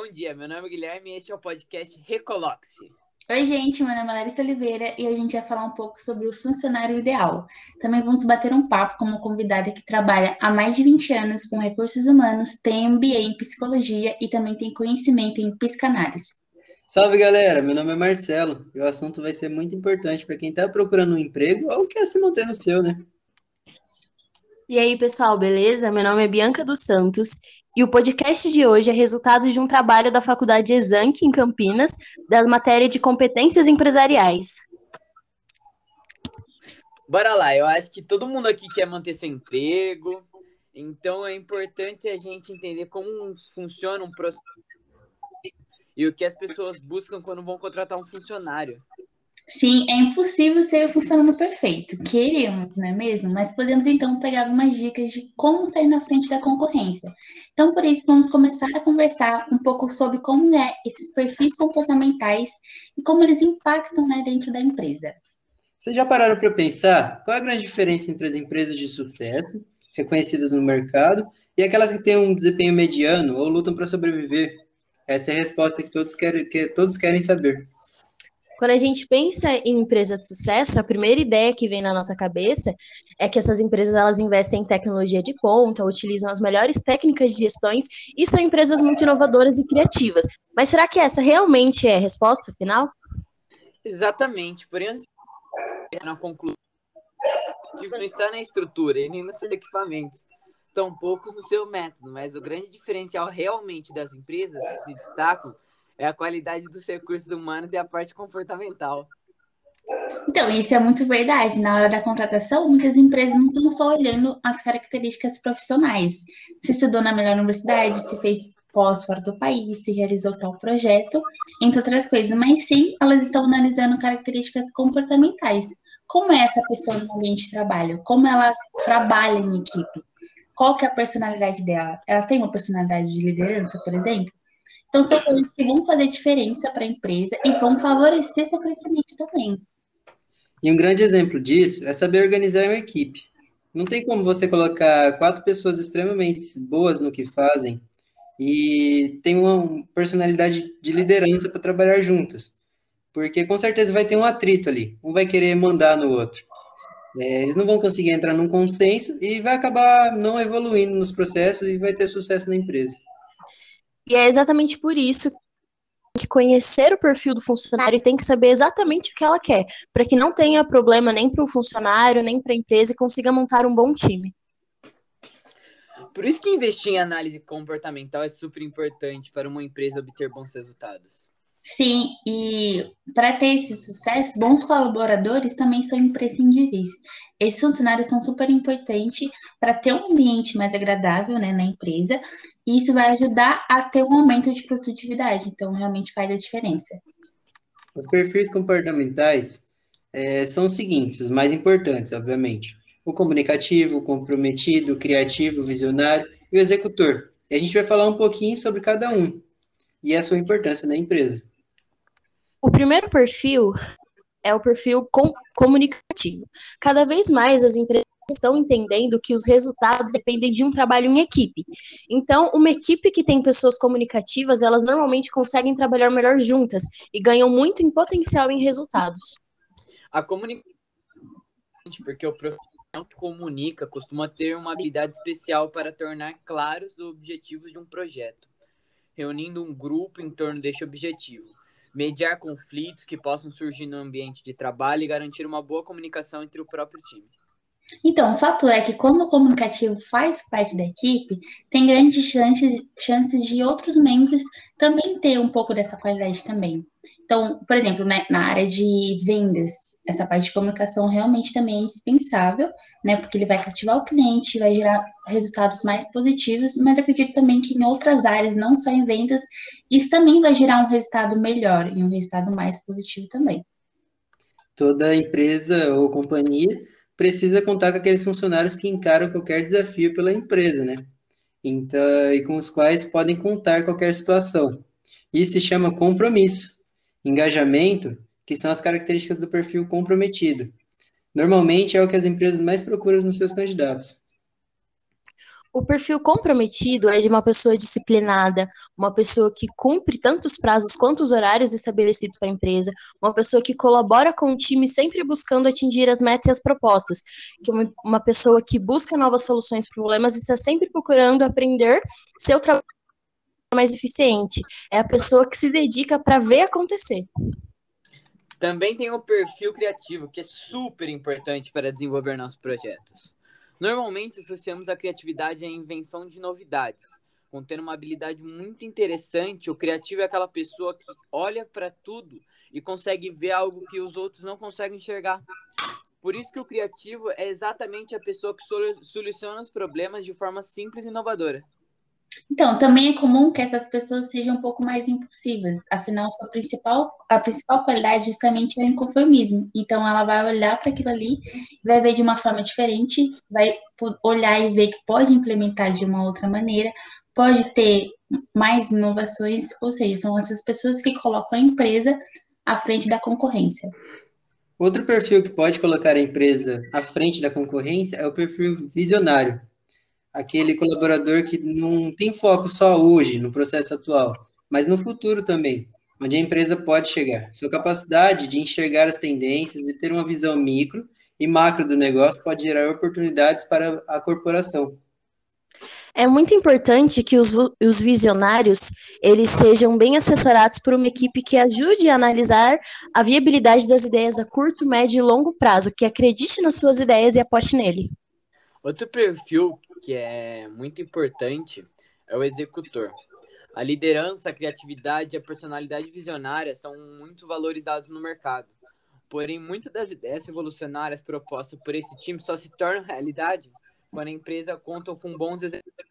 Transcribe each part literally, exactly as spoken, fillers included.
dia, meu nome é Guilherme e este é o podcast Recoloque-se. Oi, gente, meu nome é Larissa Oliveira e a gente vai falar um pouco sobre o funcionário ideal. Também vamos bater um papo com uma convidada que trabalha há mais de vinte anos com recursos humanos, tem M B A em psicologia e também tem conhecimento em psicanálise. Salve, galera! Meu nome é Marcelo e o assunto vai ser muito importante para quem está procurando um emprego ou quer se manter no seu, né? E aí, pessoal, beleza? Meu nome é Bianca dos Santos e o podcast de hoje é resultado de um trabalho da Faculdade Exanc, em Campinas, da matéria de competências empresariais. Bora lá, eu acho que todo mundo aqui quer manter seu emprego, então é importante a gente entender como funciona um processo e o que as pessoas buscam quando vão contratar um funcionário. Sim, é impossível ser o funcionário perfeito. Queremos, não é mesmo? Mas podemos então pegar algumas dicas de como sair na frente da concorrência. Então, por isso, vamos começar a conversar um pouco sobre como é esses perfis comportamentais e como eles impactam, né, dentro da empresa. Vocês já pararam para pensar qual é a grande diferença entre as empresas de sucesso, reconhecidas no mercado, e aquelas que têm um desempenho mediano ou lutam para sobreviver? Essa é a resposta que todos querem, que todos querem saber. Quando a gente pensa em empresa de sucesso, a primeira ideia que vem na nossa cabeça é que essas empresas elas investem em tecnologia de ponta, utilizam as melhores técnicas de gestões e são empresas muito inovadoras e criativas. Mas será que essa realmente é a resposta final? Exatamente, porém, na conclusão, não está na estrutura e nem nos seus equipamentos, tampouco no seu método, mas o grande diferencial realmente das empresas que se destacam é a qualidade dos recursos humanos e a parte comportamental. Então, isso é muito verdade. Na hora da contratação, muitas empresas não estão só olhando as características profissionais. Se estudou na melhor universidade, se fez pós fora do país, se realizou tal projeto, entre outras coisas, mas sim, elas estão analisando características comportamentais. Como é essa pessoa no ambiente de trabalho? Como ela trabalha em equipe? Qual que é a personalidade dela? Ela tem uma personalidade de liderança, por exemplo? Então, são coisas que vão fazer diferença para a empresa e vão favorecer seu crescimento também. E um grande exemplo disso é saber organizar uma equipe. Não tem como você colocar quatro pessoas extremamente boas no que fazem e tem uma personalidade de liderança para trabalhar juntas, porque com certeza vai ter um atrito ali, um vai querer mandar no outro. É, eles não vão conseguir entrar num consenso e vai acabar não evoluindo nos processos e vai ter sucesso na empresa. E é exatamente por isso que conhecer o perfil do funcionário e tem que saber exatamente o que ela quer, para que não tenha problema nem para o funcionário, nem para a empresa e consiga montar um bom time. Por isso que investir em análise comportamental é super importante para uma empresa obter bons resultados. Sim, e para ter esse sucesso, bons colaboradores também são imprescindíveis. Esses funcionários são super importantes para ter um ambiente mais agradável, né, na empresa, e isso vai ajudar a ter um aumento de produtividade, então realmente faz a diferença. Os perfis comportamentais é, são os seguintes, os mais importantes, obviamente. O comunicativo, o comprometido, o criativo, o visionário e o executor. E a gente vai falar um pouquinho sobre cada um e a sua importância na empresa. O primeiro perfil é o perfil com- comunicativo. Cada vez mais as empresas estão entendendo que os resultados dependem de um trabalho em equipe. Então, uma equipe que tem pessoas comunicativas, elas normalmente conseguem trabalhar melhor juntas e ganham muito em potencial em resultados. A comunicação, porque o profissional que comunica costuma ter uma habilidade especial para tornar claros os objetivos de um projeto, reunindo um grupo em torno deste objetivo, mediar conflitos que possam surgir no ambiente de trabalho e garantir uma boa comunicação entre o próprio time. Então, o fato é que quando o comunicativo faz parte da equipe, tem grandes chances, chances de outros membros também ter um pouco dessa qualidade também. Então, por exemplo, né, na área de vendas, essa parte de comunicação realmente também é indispensável, né, porque ele vai cativar o cliente, vai gerar resultados mais positivos, mas acredito também que em outras áreas, não só em vendas, isso também vai gerar um resultado melhor e um resultado mais positivo também. Toda empresa ou companhia precisa contar com aqueles funcionários que encaram qualquer desafio pela empresa, né? Então, e com os quais podem contar qualquer situação. Isso se chama compromisso. Engajamento, que são as características do perfil comprometido. Normalmente é o que as empresas mais procuram nos seus candidatos. O perfil comprometido é de uma pessoa disciplinada, uma pessoa que cumpre tanto os prazos quanto os horários estabelecidos para a empresa, uma pessoa que colabora com o time sempre buscando atingir as metas e as propostas, que uma, uma pessoa que busca novas soluções para problemas e está sempre procurando aprender seu trabalho mais eficiente. É a pessoa que se dedica para ver acontecer. Também tem o perfil criativo, que é super importante para desenvolver nossos projetos. Normalmente associamos a criatividade à invenção de novidades. Contendo uma habilidade muito interessante, o criativo é aquela pessoa que olha para tudo e consegue ver algo que os outros não conseguem enxergar. Por isso que o criativo é exatamente a pessoa que solu- soluciona os problemas de forma simples e inovadora. Então, também é comum que essas pessoas sejam um pouco mais impulsivas, afinal, sua principal, a principal qualidade justamente é o inconformismo. Então, ela vai olhar para aquilo ali, vai ver de uma forma diferente, vai po- olhar e ver que pode implementar de uma outra maneira, pode ter mais inovações, ou seja, são essas pessoas que colocam a empresa à frente da concorrência. Outro perfil que pode colocar a empresa à frente da concorrência é o perfil visionário. Aquele colaborador que não tem foco só hoje, no processo atual, mas no futuro também, onde a empresa pode chegar. Sua capacidade de enxergar as tendências e ter uma visão micro e macro do negócio pode gerar oportunidades para a corporação. É muito importante que os, vu- os visionários eles sejam bem assessorados por uma equipe que ajude a analisar a viabilidade das ideias a curto, médio e longo prazo, que acredite nas suas ideias e aposte nele. Outro perfil que é muito importante é o executor. A liderança, a criatividade e a personalidade visionária são muito valorizados no mercado. Porém, muitas das ideias revolucionárias propostas por esse time só se tornam realidade quando a empresa conta com bons executores.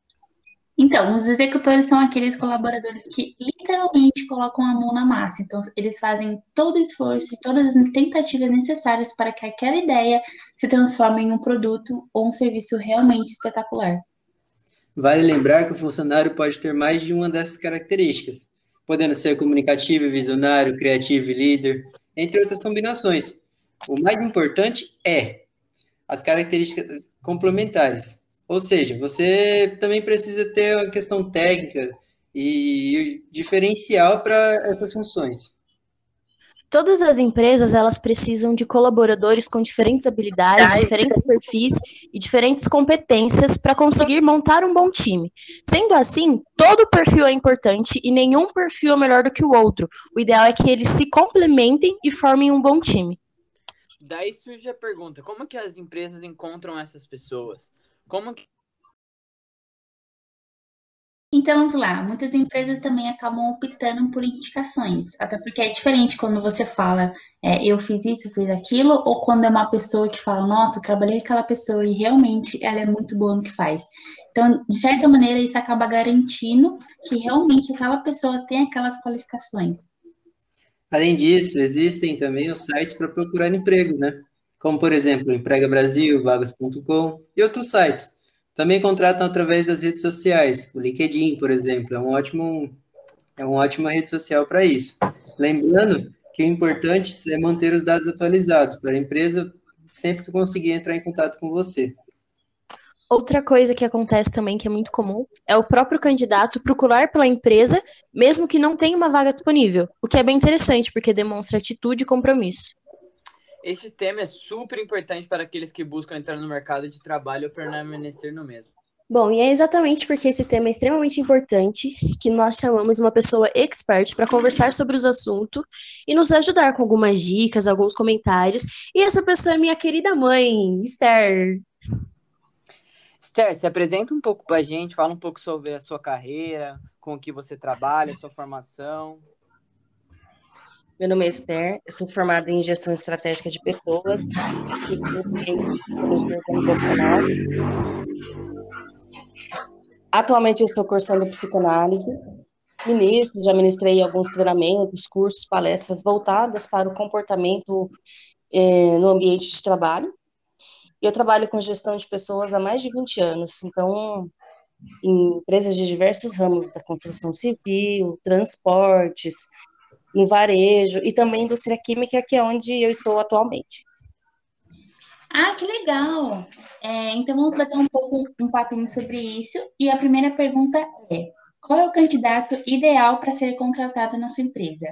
Então, os executores são aqueles colaboradores que literalmente colocam a mão na massa. Então, eles fazem todo o esforço e todas as tentativas necessárias para que aquela ideia se transforme em um produto ou um serviço realmente espetacular. Vale lembrar que o funcionário pode ter mais de uma dessas características, podendo ser comunicativo e visionário, criativo e líder, entre outras combinações. O mais importante é as características complementares. Ou seja, você também precisa ter uma questão técnica e diferencial para essas funções. Todas as empresas elas precisam de colaboradores com diferentes habilidades, diferentes perfis e diferentes competências para conseguir montar um bom time. Sendo assim, todo perfil é importante e nenhum perfil é melhor do que o outro. O ideal é que eles se complementem e formem um bom time. Daí surge a pergunta, como que as empresas encontram essas pessoas? Como que Então, vamos lá. Muitas empresas também acabam optando por indicações, até porque é diferente quando você fala, é, eu fiz isso, eu fiz aquilo, ou quando é uma pessoa que fala, nossa, eu trabalhei com aquela pessoa e realmente ela é muito boa no que faz. Então, de certa maneira, isso acaba garantindo que realmente aquela pessoa tem aquelas qualificações. Além disso, existem também os sites para procurar empregos, né? Como, por exemplo, Emprega Brasil, vagas ponto com e outros sites. Também contratam através das redes sociais. O LinkedIn, por exemplo, é um ótimo, é uma ótima rede social para isso. Lembrando que o importante é manter os dados atualizados para a empresa sempre que conseguir entrar em contato com você. Outra coisa que acontece também, que é muito comum, é o próprio candidato procurar pela empresa, mesmo que não tenha uma vaga disponível, o que é bem interessante, porque demonstra atitude e compromisso. este tema é super importante para aqueles que buscam entrar no mercado de trabalho ou permanecer no mesmo? Bom, e é exatamente porque esse tema é extremamente importante que nós chamamos uma pessoa expert para conversar sobre os assuntos e nos ajudar com algumas dicas, alguns comentários. E essa pessoa é minha querida mãe, Esther. Esther, se apresenta um pouco para a gente, fala um pouco sobre a sua carreira, com o que você trabalha, sua formação. Meu nome é Esther, eu sou formada em gestão estratégica de pessoas e em psicologia organizacional. Atualmente eu estou cursando psicanálise. Ministro, já ministrei alguns treinamentos, cursos, palestras voltadas para o comportamento eh, no ambiente de trabalho. Eu trabalho com gestão de pessoas há mais de vinte anos, então, em empresas de diversos ramos da construção civil, transportes, no varejo e também indústria química, que é onde eu estou atualmente. Ah, que legal! É, então vamos bater um pouco um papinho sobre isso. E a primeira pergunta é: qual é o candidato ideal para ser contratado na sua empresa?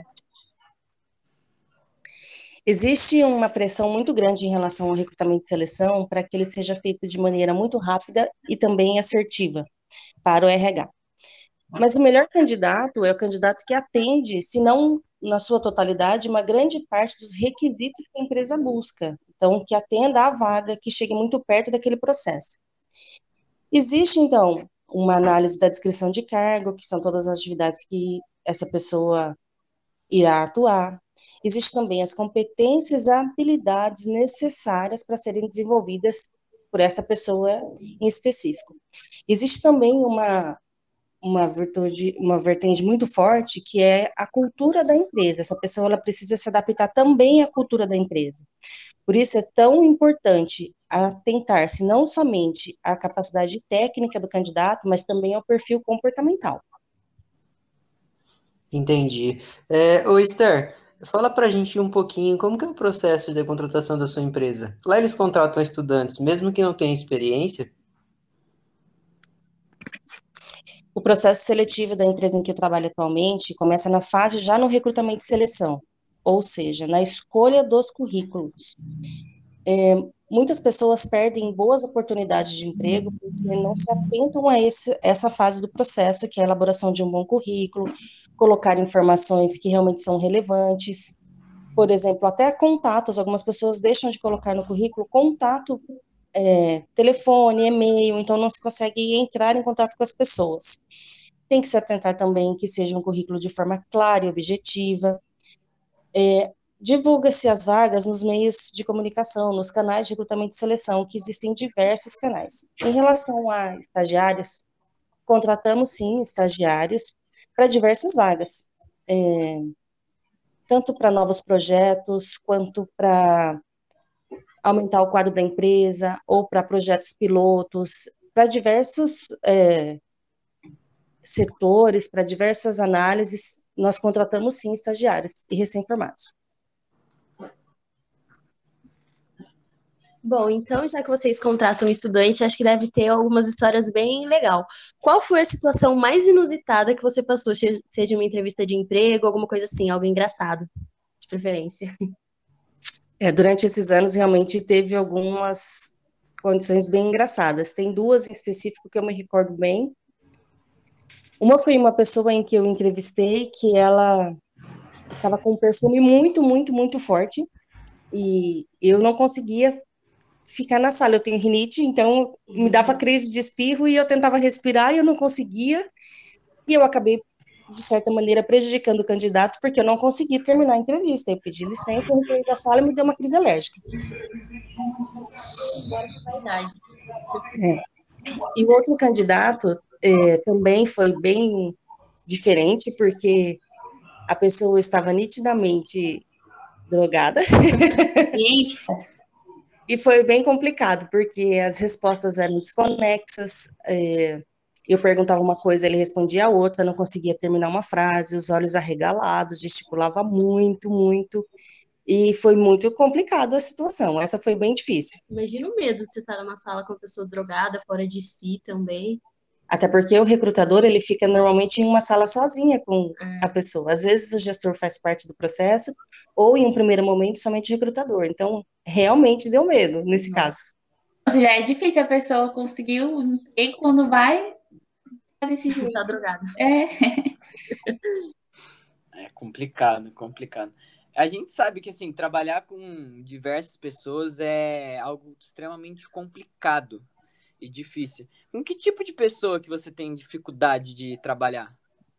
Existe uma pressão muito grande em relação ao recrutamento e seleção para que ele seja feito de maneira muito rápida e também assertiva para o R H. Mas o melhor candidato é o candidato que atende, se não na sua totalidade, uma grande parte dos requisitos que a empresa busca. Então, que atenda à vaga, que chegue muito perto daquele processo. Existe, então, uma análise da descrição de cargo, que são todas as atividades que essa pessoa irá atuar. Existem também as competências e habilidades necessárias para serem desenvolvidas por essa pessoa em específico. Existe também uma, uma, virtude, uma vertente muito forte, que é a cultura da empresa. Essa pessoa ela precisa se adaptar também à cultura da empresa. Por isso é tão importante atentar-se não somente à capacidade técnica do candidato, mas também ao perfil comportamental. Entendi. É, ô Esther, fala pra gente um pouquinho como que é o processo de contratação da sua empresa. Lá eles contratam estudantes, mesmo que não tenham experiência? O processo seletivo da empresa em que eu trabalho atualmente começa na fase já no recrutamento e seleção, ou seja, na escolha dos currículos. É, muitas pessoas perdem boas oportunidades de emprego porque não se atentam a esse, essa fase do processo, que é a elaboração de um bom currículo, colocar informações que realmente são relevantes. Por exemplo, até contatos, algumas pessoas deixam de colocar no currículo contato, é, telefone, e-mail, então não se consegue entrar em contato com as pessoas. Tem que se atentar também que seja um currículo de forma clara e objetiva. É, divulga-se as vagas nos meios de comunicação, nos canais de recrutamento e seleção, que existem diversos canais. Em relação a estagiários, contratamos sim estagiários para diversas vagas, é, tanto para novos projetos, quanto para aumentar o quadro da empresa, ou para projetos pilotos, para diversos é, setores, para diversas análises, nós contratamos sim estagiários e recém-formados. Bom, então, já que vocês contratam um estudante, acho que deve ter algumas histórias bem legal. Qual foi a situação mais inusitada que você passou, seja uma entrevista de emprego, alguma coisa assim, algo engraçado, de preferência? É, durante esses anos, realmente, teve algumas condições bem engraçadas. Tem duas em específico que eu me recordo bem. Uma foi uma pessoa em que eu entrevistei, que ela estava com um perfume muito, muito, muito forte, e eu não conseguia ficar na sala. Eu tenho rinite, então me dava crise de espirro e eu tentava respirar e eu não conseguia, e eu acabei, de certa maneira, prejudicando o candidato, porque eu não consegui terminar a entrevista. Eu pedi licença, eu retornei da sala e me deu uma crise alérgica. É. E o outro candidato é, também foi bem diferente, porque a pessoa estava nitidamente drogada. E foi bem complicado, porque as respostas eram desconexas, é, eu perguntava uma coisa, ele respondia a outra, não conseguia terminar uma frase, os olhos arregalados, gesticulava muito, muito, e foi muito complicado a situação, essa foi bem difícil. Imagina o medo de você estar numa sala com uma pessoa drogada, fora de si também. Até porque o recrutador, ele fica normalmente em uma sala sozinha com a pessoa. Às vezes o gestor faz parte do processo, ou em um primeiro momento somente o recrutador. Então, realmente deu medo nesse caso. Ou seja, é difícil a pessoa conseguir um emprego quando vai desse jeito. Tá drogada. É. É complicado, complicado. A gente sabe que, assim, trabalhar com diversas pessoas é algo extremamente complicado e difícil. Com que tipo de pessoa que você tem dificuldade de trabalhar?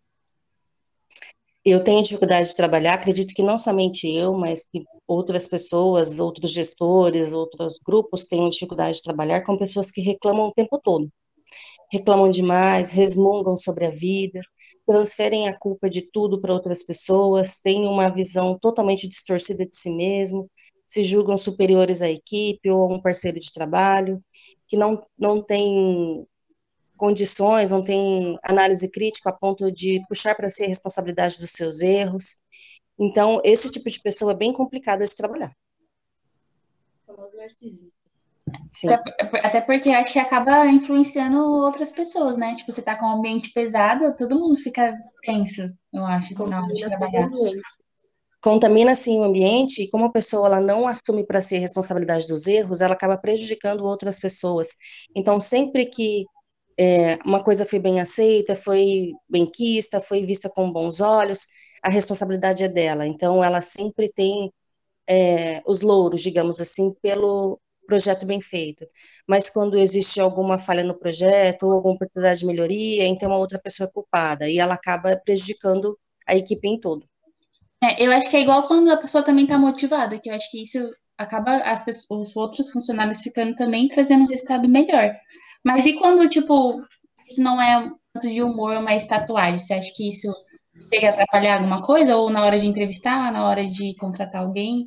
Eu tenho dificuldade de trabalhar, acredito que não somente eu, mas que outras pessoas, outros gestores, outros grupos tenham dificuldade de trabalhar com pessoas que reclamam o tempo todo. Reclamam demais, resmungam sobre a vida, transferem a culpa de tudo para outras pessoas, têm uma visão totalmente distorcida de si mesmo, se julgam superiores à equipe ou a um parceiro de trabalho, que não, não tem condições, não tem análise crítica a ponto de puxar para si a responsabilidade dos seus erros. Então, esse tipo de pessoa é bem complicada de trabalhar. O famoso narcisista. Sim, Até, até porque eu acho que acaba influenciando outras pessoas, né? Tipo, você tá com um ambiente pesado, todo mundo fica tenso, eu acho, na hora de contamina todo o trabalhar. ambiente. Contamina assim o ambiente e como a pessoa ela não assume para si a responsabilidade dos erros, ela acaba prejudicando outras pessoas. Então, sempre que é, uma coisa foi bem aceita, foi bem quista, foi vista com bons olhos, a responsabilidade é dela. Então, ela sempre tem é, os louros, digamos assim, pelo projeto bem feito. Mas quando existe alguma falha no projeto ou alguma oportunidade de melhoria, então a outra pessoa é culpada e ela acaba prejudicando a equipe em todo. É, eu acho que é igual quando a pessoa também tá motivada, que eu acho que isso acaba as pessoas, os outros funcionários ficando também trazendo um resultado melhor. Mas e quando, tipo, isso não é um tanto de humor, mas tatuagem? Você acha que isso chega a atrapalhar alguma coisa? Ou na hora de entrevistar, na hora de contratar alguém?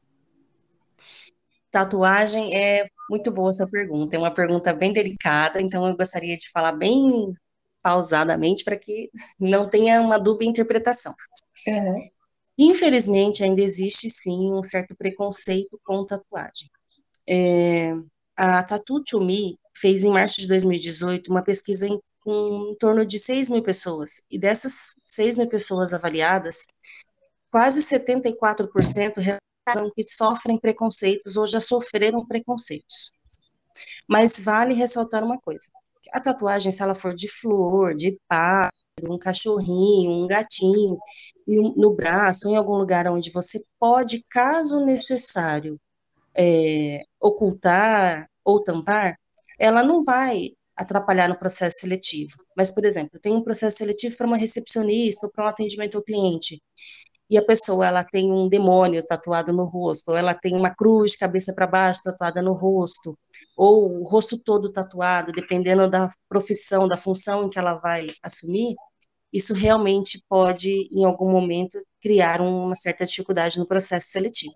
Tatuagem é muito boa essa pergunta, é uma pergunta bem delicada, então eu gostaria de falar bem pausadamente para que não tenha uma dupla interpretação. Uhum. Infelizmente, ainda existe sim um certo preconceito com tatuagem. É, a Tattoo to Me fez em março de dois mil e dezoito uma pesquisa em, com em torno de seis mil pessoas, e dessas seis mil pessoas avaliadas, quase setenta e quatro por cento relataram que sofrem preconceitos ou já sofreram preconceitos. Mas vale ressaltar uma coisa: a tatuagem, se ela for de flor, de pássaro, um cachorrinho, um gatinho, no braço, ou em algum lugar onde você pode, caso necessário, é, ocultar ou tampar, ela não vai atrapalhar no processo seletivo. Mas, por exemplo, tem um processo seletivo para uma recepcionista ou para um atendimento ao cliente, e a pessoa ela tem um demônio tatuado no rosto, ou ela tem uma cruz de cabeça para baixo tatuada no rosto, ou o rosto todo tatuado, dependendo da profissão, da função em que ela vai assumir, isso realmente pode, em algum momento, criar uma certa dificuldade no processo seletivo.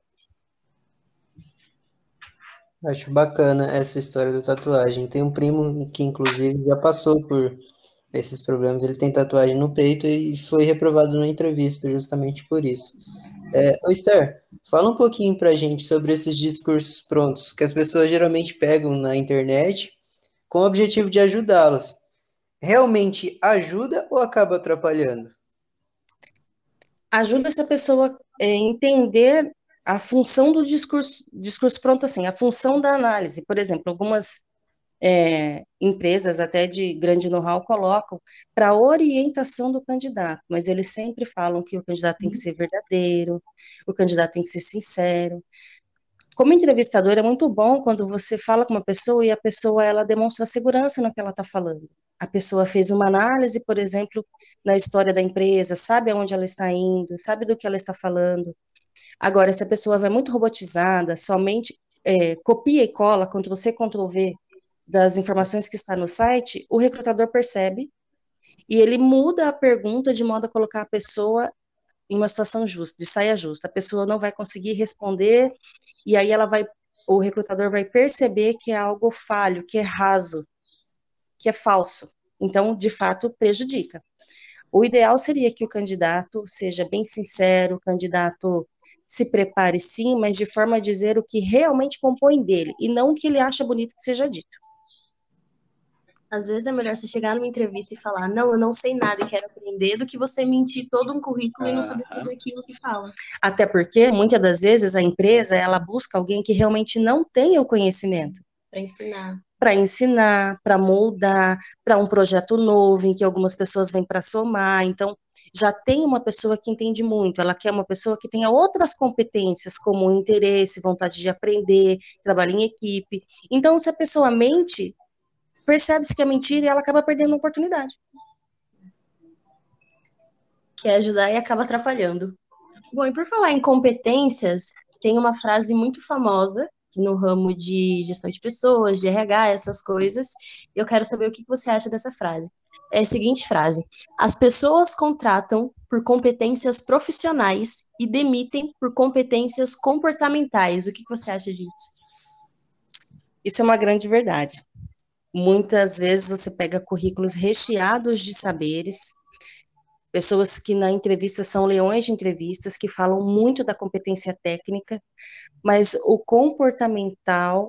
Acho bacana essa história da tatuagem. Tem um primo que, inclusive, já passou por esses problemas. Ele tem tatuagem no peito e foi reprovado na entrevista justamente por isso. É, ô Esther, fala um pouquinho pra gente sobre esses discursos prontos que as pessoas geralmente pegam na internet com o objetivo de ajudá-los. Realmente ajuda ou acaba atrapalhando? Ajuda essa pessoa a entender a função do discurso, discurso pronto assim, a função da análise. Por exemplo, algumas é, empresas até de grande know-how colocam para orientação do candidato, mas eles sempre falam que o candidato tem que ser verdadeiro, o candidato tem que ser sincero. Como entrevistador, é muito bom quando você fala com uma pessoa e a pessoa ela demonstra segurança no que ela está falando. A pessoa fez uma análise, por exemplo, na história da empresa, sabe aonde ela está indo, sabe do que ela está falando. Agora, se a pessoa vai muito robotizada, somente é, copia e cola, quando você control V das informações que está no site, o recrutador percebe e ele muda a pergunta de modo a colocar a pessoa em uma situação justa, de saia justa. A pessoa não vai conseguir responder e aí ela vai, o recrutador vai perceber que é algo falho, que é raso, que é falso. Então, de fato, prejudica. O ideal seria que o candidato seja bem sincero, o candidato se prepare sim, mas de forma a dizer o que realmente compõe dele, e não o que ele acha bonito que seja dito. Às vezes é melhor você chegar numa entrevista e falar, não, eu não sei nada e quero aprender, do que você mentir todo um currículo e não saber fazer aquilo que fala. Até porque, muitas das vezes, a empresa, ela busca alguém que realmente não tenha o conhecimento. Para ensinar. Para ensinar, para moldar, para um projeto novo, em que algumas pessoas vêm para somar. Então, já tem uma pessoa que entende muito, ela quer uma pessoa que tenha outras competências, como interesse, vontade de aprender, trabalho em equipe. Então, se a pessoa mente, percebe-se que é mentira e ela acaba perdendo a oportunidade. Quer ajudar e acaba atrapalhando. Bom, e por falar em competências, tem uma frase muito famosa no ramo de gestão de pessoas, de R H, essas coisas. Eu quero saber o que você acha dessa frase. É a seguinte frase: as pessoas contratam por competências profissionais e demitem por competências comportamentais. O que você acha disso? Isso é uma grande verdade. Muitas vezes você pega currículos recheados de saberes, pessoas que na entrevista são leões de entrevistas, que falam muito da competência técnica, mas o comportamental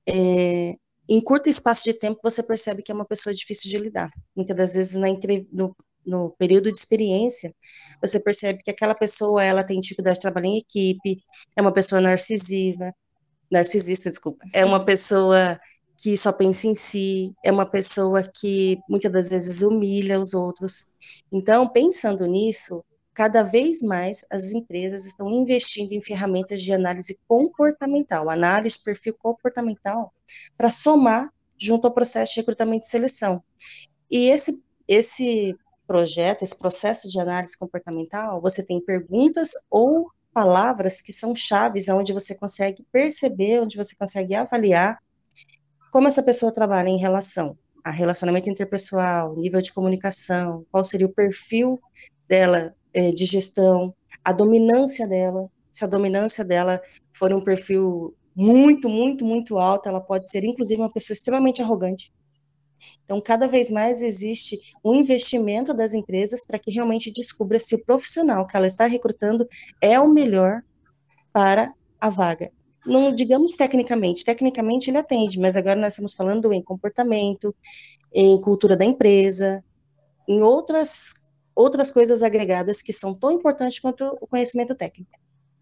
é, em curto espaço de tempo você percebe que é uma pessoa difícil de lidar. Muitas das vezes na entre, no, no período de experiência, você percebe que aquela pessoa ela tem dificuldade de trabalhar em equipe, é uma pessoa narcisiva, narcisista, desculpa, é uma pessoa que só pensa em si, é uma pessoa que muitas das vezes humilha os outros. Então, pensando nisso, cada vez mais as empresas estão investindo em ferramentas de análise comportamental, análise de perfil comportamental, para somar junto ao processo de recrutamento e seleção. E esse, esse projeto, esse processo de análise comportamental, você tem perguntas ou palavras que são chaves, onde você consegue perceber, onde você consegue avaliar como essa pessoa trabalha em relação a relacionamento interpessoal, nível de comunicação, qual seria o perfil dela é, de gestão, a dominância dela. Se a dominância dela for um perfil muito, muito, muito alto, ela pode ser, inclusive, uma pessoa extremamente arrogante. Então, cada vez mais existe um investimento das empresas para que realmente descubra se o profissional que ela está recrutando é o melhor para a vaga. Não digamos tecnicamente, tecnicamente ele atende, mas agora nós estamos falando em comportamento, em cultura da empresa, em outras, outras coisas agregadas que são tão importantes quanto o conhecimento técnico.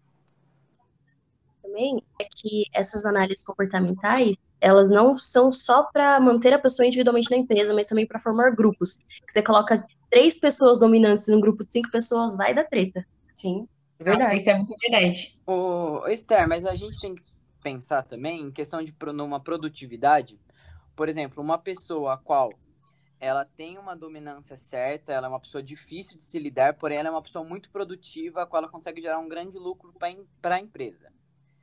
Também é que essas análises comportamentais, elas não são só para manter a pessoa individualmente na empresa, mas também para formar grupos. Você coloca três pessoas dominantes num grupo de cinco pessoas, vai dar treta. Sim. Verdade, Nossa, isso é muito verdade. Ô, Esther, mas a gente tem que pensar também em questão de numa produtividade. Por exemplo, uma pessoa a qual ela tem uma dominância certa, ela é uma pessoa difícil de se lidar, porém ela é uma pessoa muito produtiva, a qual ela consegue gerar um grande lucro para a empresa.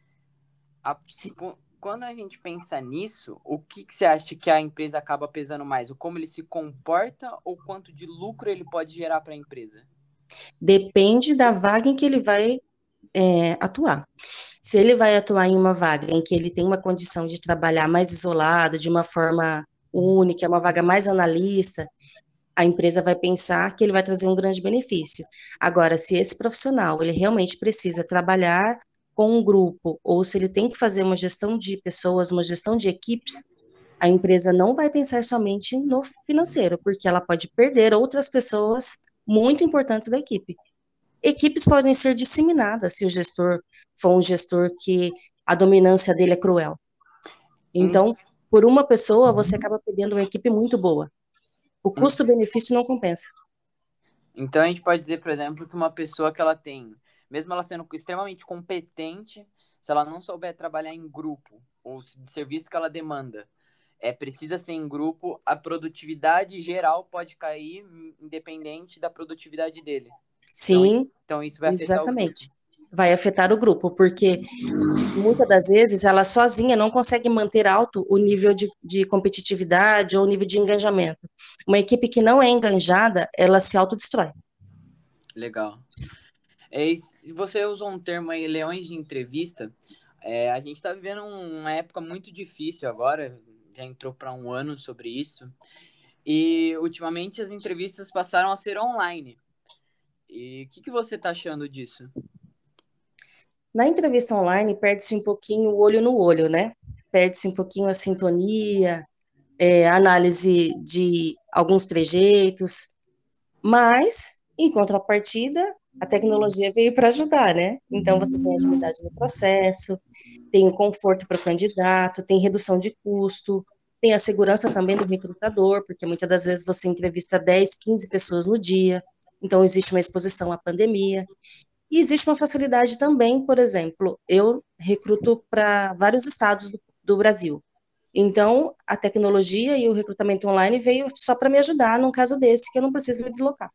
A, quando a gente pensa nisso, o que, que você acha que a empresa acaba pesando mais? O como ele se comporta ou quanto de lucro ele pode gerar para a empresa? Depende da vaga em que ele vai é, atuar. Se ele vai atuar em uma vaga em que ele tem uma condição de trabalhar mais isolado, de uma forma única, uma vaga mais analista, a empresa vai pensar que ele vai trazer um grande benefício. Agora, se esse profissional, ele realmente precisa trabalhar com um grupo, ou se ele tem que fazer uma gestão de pessoas, uma gestão de equipes, a empresa não vai pensar somente no financeiro, porque ela pode perder outras pessoas muito importantes da equipe. Equipes podem ser disseminadas se o gestor for um gestor que a dominância dele é cruel. Então, por uma pessoa, você acaba perdendo uma equipe muito boa. O custo-benefício não compensa. Então, a gente pode dizer, por exemplo, que uma pessoa que ela tem, mesmo ela sendo extremamente competente, se ela não souber trabalhar em grupo, ou de serviço que ela demanda, é precisa ser em grupo, a produtividade geral pode cair independente da produtividade dele. Sim, então, então isso vai afetar exatamente. o grupo. Vai afetar o grupo, porque muitas das vezes ela sozinha não consegue manter alto o nível de, de competitividade ou o nível de engajamento. Uma equipe que não é engajada, ela se autodestrói. Legal. É, você usou um termo aí, leões de entrevista. É, a gente está vivendo uma época muito difícil agora, já entrou para um ano sobre isso, e ultimamente as entrevistas passaram a ser online. E o que, que você está achando disso? Na entrevista online, perde-se um pouquinho o olho no olho, né? Perde-se um pouquinho a sintonia, é, a análise de alguns trejeitos, mas, em contrapartida, a tecnologia veio para ajudar, né? Então, você tem agilidade no processo, tem conforto para o candidato, tem redução de custo, tem a segurança também do recrutador, porque muitas das vezes você entrevista dez, quinze pessoas no dia, então existe uma exposição à pandemia. E existe uma facilidade também, por exemplo, eu recruto para vários estados do, do Brasil. Então, a tecnologia e o recrutamento online veio só para me ajudar num caso desse, que eu não preciso me deslocar.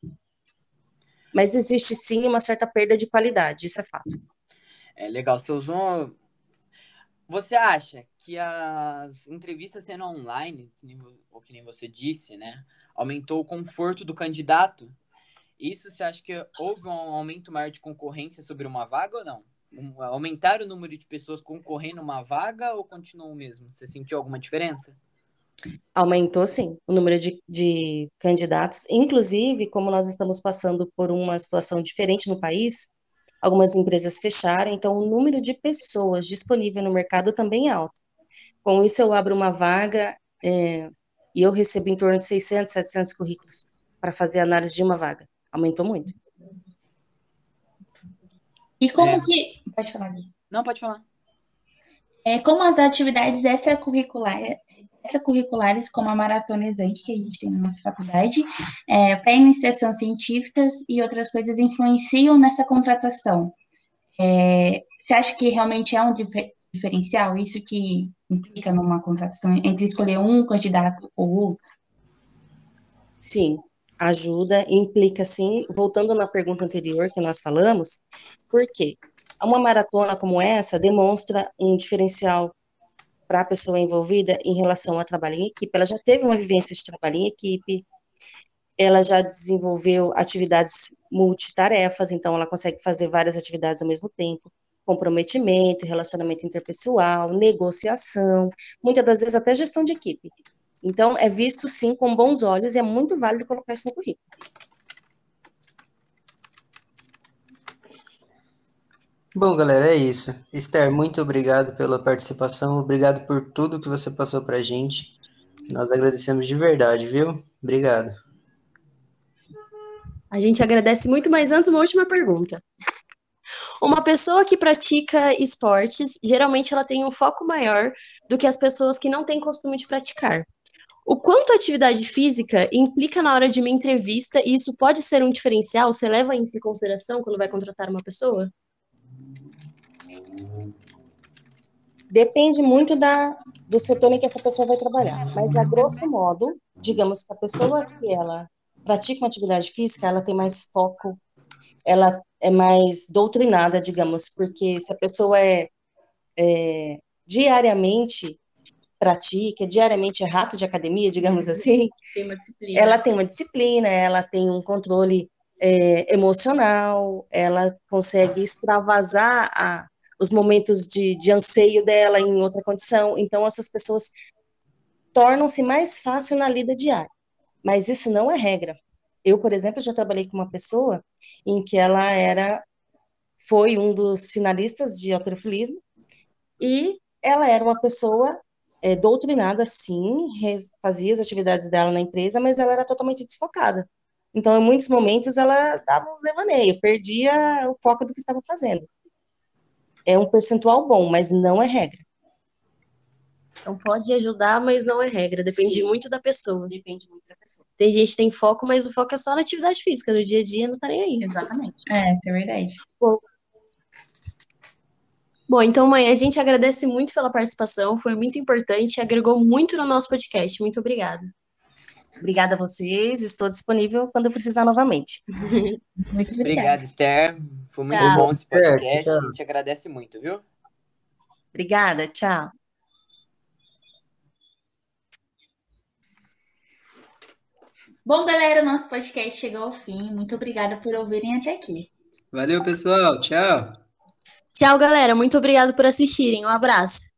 Mas existe sim uma certa perda de qualidade, isso é fato. É legal, você usou... Você acha que as entrevistas sendo online, ou que nem você disse, né, aumentou o conforto do candidato? Isso você acha que houve um aumento maior de concorrência sobre uma vaga ou não? Um, aumentar o número de pessoas concorrendo uma vaga ou continuou o mesmo? Você sentiu alguma diferença? Aumentou, sim, o número de, de candidatos. Inclusive, como nós estamos passando por uma situação diferente no país, algumas empresas fecharam, então o número de pessoas disponíveis no mercado também é alto. Com isso, eu abro uma vaga é, e eu recebo em torno de seiscentos, setecentos currículos para fazer análise de uma vaga. Aumentou muito. E como É. que... Pode falar, Gui. Não, pode falar. É, como as atividades extracurriculares, extracurriculares, como a Maratona Exante, que a gente tem na nossa faculdade, é, para iniciação científicas e outras coisas influenciam nessa contratação. É, você acha que realmente é um difer- diferencial, isso que implica numa contratação, entre escolher um candidato ou outro? Sim, ajuda, implica sim. Voltando na pergunta anterior que nós falamos, por quê? Uma maratona como essa demonstra um diferencial para a pessoa envolvida em relação ao trabalho em equipe. Ela já teve uma vivência de trabalho em equipe, ela já desenvolveu atividades multitarefas, então ela consegue fazer várias atividades ao mesmo tempo, comprometimento, relacionamento interpessoal, negociação, muitas das vezes até gestão de equipe. Então, é visto, sim, com bons olhos e é muito válido colocar isso no currículo. Bom, galera, é isso. Esther, muito obrigado pela participação, obrigado por tudo que você passou pra gente. Nós agradecemos de verdade, viu? Obrigado. A gente agradece muito, mas antes, uma última pergunta. Uma pessoa que pratica esportes, geralmente ela tem um foco maior do que as pessoas que não têm costume de praticar. O quanto a atividade física implica na hora de uma entrevista, e isso pode ser um diferencial? Você leva isso em consideração quando vai contratar uma pessoa? Depende muito da, do setor em que essa pessoa vai trabalhar. Mas, a grosso modo, digamos que a pessoa que ela pratica uma atividade física, ela tem mais foco, ela é mais doutrinada, digamos, porque se a pessoa é, é diariamente pratica, diariamente é rato de academia, digamos assim, Tem uma disciplina. ela tem uma disciplina, ela tem um controle é, emocional, ela consegue extravasar a, os momentos de, de anseio dela em outra condição, então essas pessoas tornam-se mais fácil na lida diária, mas isso não é regra. Eu, por exemplo, já trabalhei com uma pessoa em que ela era, foi um dos finalistas de halterofilismo, e ela era uma pessoa é, doutrinada, sim, res, fazia as atividades dela na empresa, mas ela era totalmente desfocada. Então, em muitos momentos, ela dava uns devaneios, perdia o foco do que estava fazendo. É um percentual bom, mas não é regra. Então pode ajudar, mas não é regra. Depende Sim. muito da pessoa. Depende muito da pessoa. Tem gente que tem foco, mas o foco é só na atividade física. No dia a dia não tá nem aí. Exatamente. É, isso é verdade. Bom, Bom, então, mãe, a gente agradece muito pela participação. Foi muito importante e agregou muito no nosso podcast. Muito obrigada. Obrigada a vocês. Estou disponível quando eu precisar novamente. Muito obrigada. Obrigado, Esther. Foi muito Tchau. bom esse podcast. Certo, tchau. A gente agradece muito, viu? Obrigada, tchau. Bom, galera, o nosso podcast chegou ao fim. Muito obrigada por ouvirem até aqui. Valeu, pessoal. Tchau. Tchau, galera. Muito obrigado por assistirem. Um abraço.